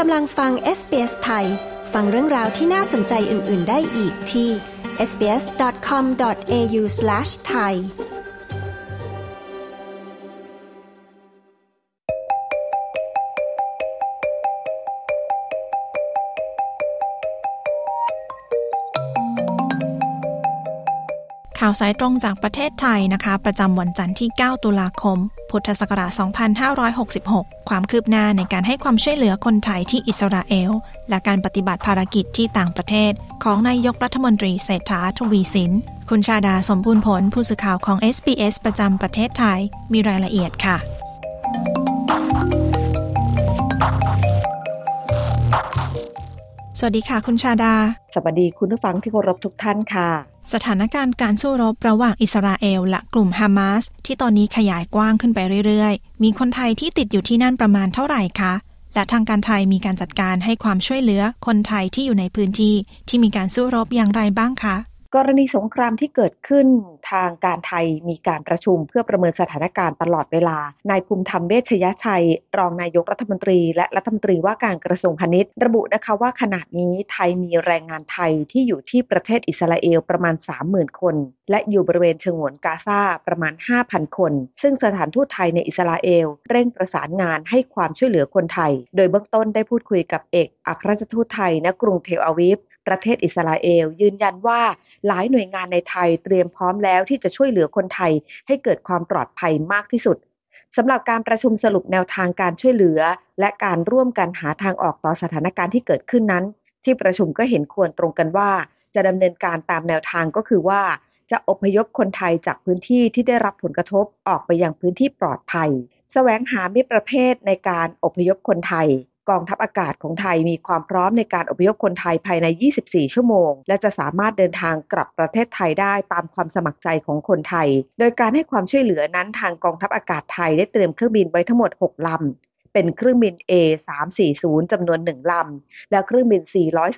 กำลังฟัง SBS ไทยฟังเรื่องราวที่น่าสนใจอื่นๆได้อีกที่ sbs.com.au/thai ข่าวสายตรงจากประเทศไทยนะคะประจำวันจันทร์ที่ 9 ตุลาคม พุทธศักราช 2566 ความคืบหน้าในการให้ความช่วยเหลือคนไทยที่อิสราเอลและการปฏิบัติภารกิจที่ต่างประเทศของนายกรัฐมนตรีเศรษฐา ทวีสินคุณชาดา สมบูรณ์ผลผู้สื่อข่าวของ SBS ประจำประเทศไทยมีรายละเอียดค่ะสวัสดีค่ะคุณชาดาสวัสดีคุณผู้ฟังที่เคารพทุกท่านค่ะสถานการณ์การสู้รบระหว่างอิสราเอลและกลุ่มฮามาสที่ตอนนี้ขยายกว้างขึ้นไปเรื่อยๆมีคนไทยที่ติดอยู่ที่นั่นประมาณเท่าไหร่คะและทางการไทยมีการจัดการให้ความช่วยเหลือคนไทยที่อยู่ในพื้นที่ที่มีการสู้รบอย่างไรบ้างคะกรณีสงครามที่เกิดขึ้นทางการไทยมีการประชุมเพื่อประเมินสถานการณ์ตลอดเวลานายภูมิธรรมเวชยชัยรองนายกรัฐมนตรีและรัฐมนตรีว่าการกระทรวงพาณิชย์ระบุนะคะว่าขณะนี้ไทยมีแรงงานไทยที่อยู่ที่ประเทศอิสราเอลประมาณ 30,000 คนและอยู่บริเวณฉนวนกาซาประมาณ 5,000 คนซึ่งสถานทูตไทยในอิสราเอลเร่งประสานงานให้ความช่วยเหลือคนไทยโดยเบื้องต้นได้พูดคุยกับเอกอัครราชทูตไทยณกรุงเทลอาวีฟประเทศอิสราเอลยืนยันว่าหลายหน่วยงานในไทยเตรียมพร้อมแล้วที่จะช่วยเหลือคนไทยให้เกิดความปลอดภัยมากที่สุดสำหรับการประชุมสรุปแนวทางการช่วยเหลือและการร่วมกันหาทางออกต่อสถานการณ์ที่เกิดขึ้นนั้นที่ประชุมก็เห็นควรตรงกันว่าจะดำเนินการตามแนวทางก็คือว่าจะอพยพคนไทยจากพื้นที่ที่ได้รับผลกระทบออกไปยังพื้นที่ปลอดภัยแสวงหามิตรประเภทในการอพยพคนไทยกองทัพอากาศของไทยมีความพร้อมในการอพยพคนไทยภายใน 24 ชั่วโมงและจะสามารถเดินทางกลับประเทศไทยได้ตามความสมัครใจของคนไทยโดยการให้ความช่วยเหลือนั้นทางกองทัพอากาศไทยได้เตรียมเครื่องบินไว้ทั้งหมด 6 ลำเป็นเครื่องบิน A340 จำนวน 1 ลำและเครื่องบิน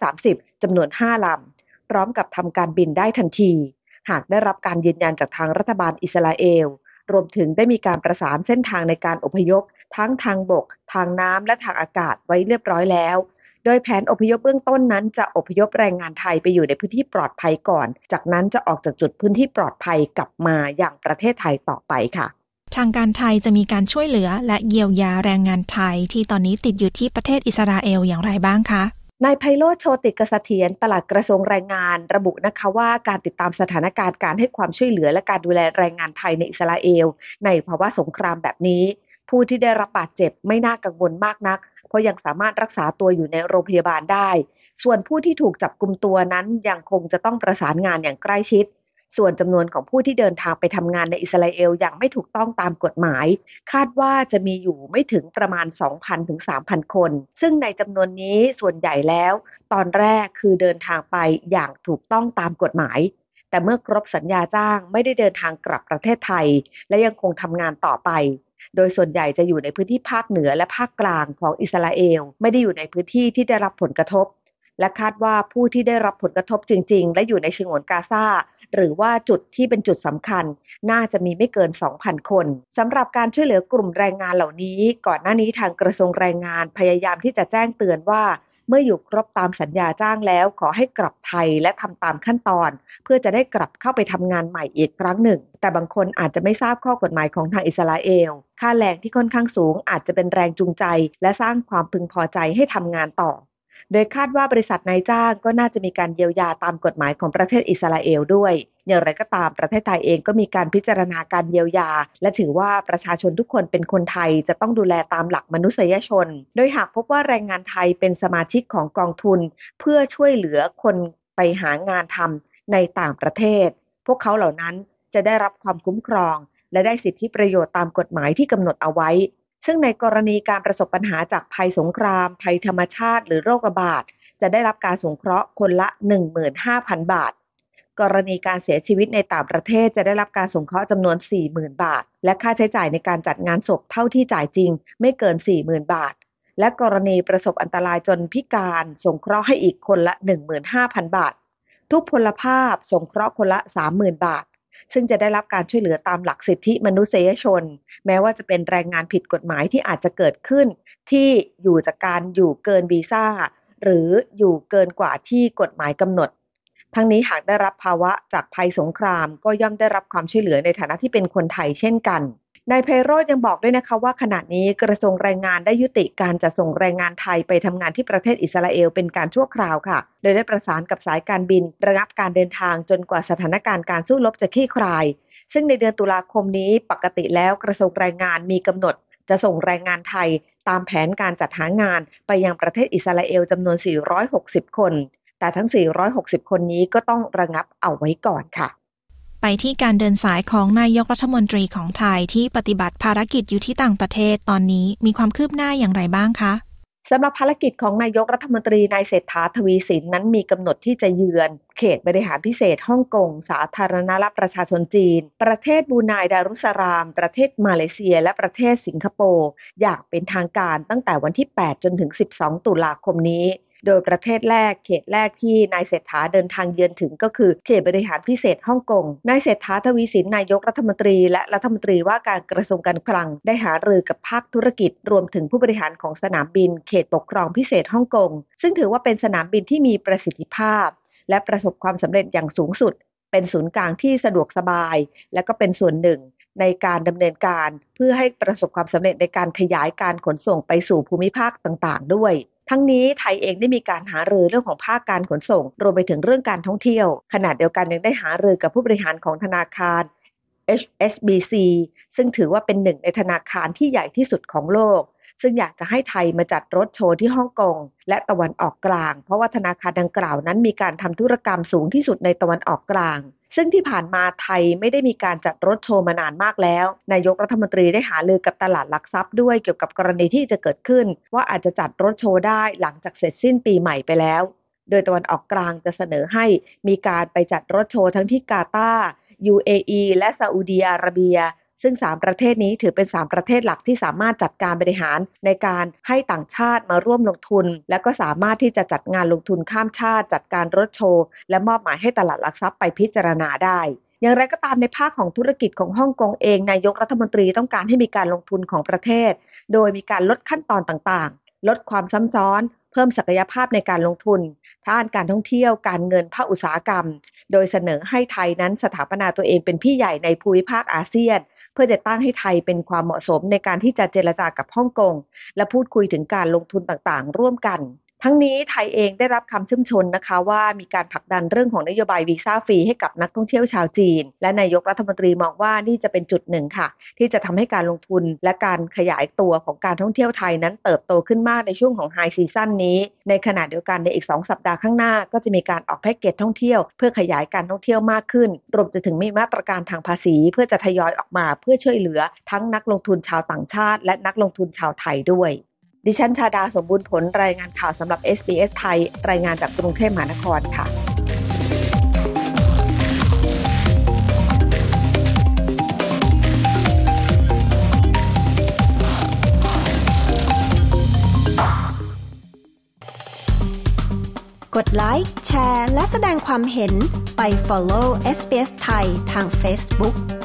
430 จำนวน 5 ลำพร้อมกับทำการบินได้ทันทีหากได้รับการยืนยันจากทางรัฐบาลอิสราเอลรวมถึงได้มีการประสานเส้นทางในการอพยพทั้งทางบกทางน้ำและทางอากาศไว้เรียบร้อยแล้วโดยแผนอพยพเบื้องต้นนั้นจะอพยพแรงงานไทยไปอยู่ในพื้นที่ปลอดภัยก่อนจากนั้นจะออกจากจุดพื้นที่ปลอดภัยกลับมาอย่างประเทศไทยต่อไปค่ะทางการไทยจะมีการช่วยเหลือและเยียวยาแรงงานไทยที่ตอนนี้ติดอยู่ที่ประเทศอิสราเอลอย่างไรบ้างคะนายไพโรจน์ โชติกเสถียรปลัดกระทรวงแรงงานระบุนะคะว่าการติดตามสถานการณ์การให้ความช่วยเหลือและการดูแลแรงงานไทยในอิสราเอลในภาวะสงครามแบบนี้ผู้ที่ได้รับบาดเจ็บไม่น่ากังวลมากนักเพราะยังสามารถรักษาตัวอยู่ในโรงพยาบาลได้ส่วนผู้ที่ถูกจับกุมตัวนั้นยังคงจะต้องประสานงานอย่างใกล้ชิดส่วนจำนวนของผู้ที่เดินทางไปทำงานในอิสราเอลอย่างไม่ถูกต้องตามกฎหมายคาดว่าจะมีอยู่ไม่ถึงประมาณ 2,000 ถึง 3,000 คนซึ่งในจำนวนนี้ส่วนใหญ่แล้วตอนแรกคือเดินทางไปอย่างถูกต้องตามกฎหมายแต่เมื่อครบสัญญาจ้างไม่ได้เดินทางกลับประเทศไทยและยังคงทำงานต่อไปโดยส่วนใหญ่จะอยู่ในพื้นที่ภาคเหนือและภาคกลางของอิสราเอลไม่ได้อยู่ในพื้นที่ที่ได้รับผลกระทบและคาดว่าผู้ที่ได้รับผลกระทบจริงๆและอยู่ในฉนวนกาซาหรือว่าจุดที่เป็นจุดสำคัญน่าจะมีไม่เกิน 2,000 คนสำหรับการช่วยเหลือกลุ่มแรงงานเหล่านี้ก่อนหน้านี้ทางกระทรวงแรงงานพยายามที่จะแจ้งเตือนว่าเมื่ออยู่ครบตามสัญญาจ้างแล้วขอให้กลับไทยและทำตามขั้นตอนเพื่อจะได้กลับเข้าไปทำงานใหม่อีกครั้งหนึ่งแต่บางคนอาจจะไม่ทราบข้อกฎหมายของทางอิสราเอลค่าแรงที่ค่อนข้างสูงอาจจะเป็นแรงจูงใจและสร้างความพึงพอใจให้ทำงานต่อโดยคาดว่าบริษัทนายจ้างก็น่าจะมีการเยียวยาตามกฎหมายของประเทศอิสราเอลด้วยอย่างไรก็ตามประเทศไทยเองก็มีการพิจารณาการเยียวยาและถือว่าประชาชนทุกคนเป็นคนไทยจะต้องดูแลตามหลักมนุษยชนโดยหากพบว่าแรงงานไทยเป็นสมาชิกของกองทุนเพื่อช่วยเหลือคนไปหางานทำในต่างประเทศพวกเขาเหล่านั้นจะได้รับความคุ้มครองและได้สิทธิประโยชน์ตามกฎหมายที่กำหนดเอาไว้ซึ่งในกรณีการประสบปัญหาจากภัยสงครามภัยธรรมชาติหรือโรคระบาดจะได้รับการสงเคราะห์คนละ 15,000 บาทกรณีการเสียชีวิตในต่างประเทศจะได้รับการสงเคราะห์จำนวน 40,000 บาทและค่าใช้จ่ายในการจัดงานศพเท่าที่จ่ายจริงไม่เกิน 40,000 บาทและกรณีประสบอันตรายจนพิการสงเคราะห์ให้อีกคนละ 15,000 บาททุกพลภาพสงเคราะห์คนละ 30,000 บาทซึ่งจะได้รับการช่วยเหลือตามหลักสิทธิมนุษยชนแม้ว่าจะเป็นแรงงานผิดกฎหมายที่อาจจะเกิดขึ้นที่อยู่จากการอยู่เกินวีซ่าหรืออยู่เกินกว่าที่กฎหมายกำหนดทั้งนี้หากได้รับภาวะจากภัยสงครามก็ย่อมได้รับความช่วยเหลือในฐานะที่เป็นคนไทยเช่นกันนายไพโรจน์ยังบอกด้วยนะคะว่าขณะนี้กระทรวงแรงงานได้ยุติการจัดส่งแรงงานไทยไปทำงานที่ประเทศอิสราเอลเป็นการชั่วคราวค่ะโดยได้ประสานกับสายการบินระงับการเดินทางจนกว่าสถานการณ์การสู้รบจะคลี่คลายซึ่งในเดือนตุลาคมนี้ปกติแล้วกระทรวงแรงงานมีกำหนดจะส่งแรงงานไทยตามแผนการจัดหางานไปยังประเทศอิสราเอลจำนวน460คนแต่ทั้ง460คนนี้ก็ต้องระงับเอาไว้ก่อนค่ะไปที่การเดินสายของนายกรัฐมนตรีของไทยที่ปฏิบัติภารกิจอยู่ที่ต่างประเทศตอนนี้มีความคืบหน้าอย่างไรบ้างคะสำหรับภารกิจของนายกรัฐมนตรีนายเศรษฐาทวีสินนั้นมีกำหนดที่จะเยือนเขตบริหารพิเศษฮ่องกงสาธารณรัฐประชาชนจีนประเทศบรูไนดารุสสลามประเทศมาเลเซียและประเทศสิงคโปร์อย่างเป็นทางการตั้งแต่วันที่8จนถึง12ตุลาคมนี้โดยประเทศแรกเขตแรกที่นายเศรษฐาเดินทางเยือนถึงก็คือเขตบริหารพิเศษฮ่องกงนายเศรษฐาทวีสินนายกรัฐมนตรีและรัฐมนตรีว่าการกระทรวงการคลังได้หารือกับภาคธุรกิจรวมถึงผู้บริหารของสนามบินเขตปกครองพิเศษฮ่องกงซึ่งถือว่าเป็นสนามบินที่มีประสิทธิภาพและประสบความสำเร็จอย่างสูงสุดเป็นศูนย์กลางที่สะดวกสบายและก็เป็นส่วนหนึ่งในการดำเนินการเพื่อให้ประสบความสำเร็จในการขยายการขนส่งไปสู่ภูมิภาคต่างๆด้วยทั้งนี้ไทยเองได้มีการหารือเรื่องของภาคการขนส่งรวมไปถึงเรื่องการท่องเที่ยวขณะเดียวกันยังได้หารือกับผู้บริหารของธนาคาร HSBC ซึ่งถือว่าเป็นหนึ่งในธนาคารที่ใหญ่ที่สุดของโลกซึ่งอยากจะให้ไทยมาจัดรถโชว์ที่ฮ่องกงและตะวันออกกลางเพราะว่าธนาคารดังกล่าวนั้นมีการทำธุรกรรมสูงที่สุดในตะวันออกกลางซึ่งที่ผ่านมาไทยไม่ได้มีการจัดรถโชว์มานานมากแล้วนายกรัฐมนตรีได้หารือกับตลาดหลักทรัพย์ด้วยเกี่ยวกับกรณีที่จะเกิดขึ้นว่าอาจจะจัดรถโชว์ได้หลังจากเสร็จสิ้นปีใหม่ไปแล้วโดยตะวันออกกลางจะเสนอให้มีการไปจัดรถโชว์ทั้งที่กาตาร์ UAE และซาอุดีอาระเบียซึ่ง3ประเทศนี้ถือเป็น3ประเทศหลักที่สามารถจัดการบริหารในการให้ต่างชาติมาร่วมลงทุนและก็สามารถที่จะจัดงานลงทุนข้ามชาติจัดการรถโชว์และมอบหมายให้ตลาดหลักทรัพย์ไปพิจารณาได้อย่างไรก็ตามในภาคของธุรกิจของฮ่องกงเองนายกรัฐมนตรีต้องการให้มีการลงทุนของประเทศโดยมีการลดขั้นตอนต่างๆลดความซ้ำซ้อนเพิ่มศักยภาพในการลงทุนด้านการท่องเที่ยวการเงินภาคอุตสาหกรรมโดยเสนอให้ไทยนั้นสถาปนาตัวเองเป็นพี่ใหญ่ในภูมิภาคอาเซียนเพื่อจะตั้งให้ไทยเป็นความเหมาะสมในการที่จะเจรจากับฮ่องกงและพูดคุยถึงการลงทุนต่างๆร่วมกันทั้งนี้ไทยเองได้รับคำชื่นชมนะคะว่ามีการผลักดันเรื่องของนโยบายวีซ่าฟรีให้กับนักท่องเที่ยวชาวจีนและนายกรัฐมนตรีมองว่านี่จะเป็นจุดหนึ่งค่ะที่จะทำให้การลงทุนและการขยายตัวของการท่องเที่ยวไทยนั้นเติบโตขึ้นมากในช่วงของไฮซีซั่นนี้ในขณะเดียวกันในอีก2สัปดาห์ข้างหน้าก็จะมีการออกแพ็กเกจท่องเที่ยวเพื่อขยายการท่องเที่ยวมากขึ้นรวมถึงมีมาตรการทางภาษีเพื่อจะทยอยออกมาเพื่อช่วยเหลือทั้งนักลงทุนชาวต่างชาติและนักลงทุนชาวไทยด้วยดิฉันชาดาสมบูรณ์ผลรายงานข่าวสำหรับ SBS ไทยรายงานจากกรุงเทพมหานครค่ะกดไลค์แชร์และแสดงความเห็นไป follow SBS ไทยทาง Facebook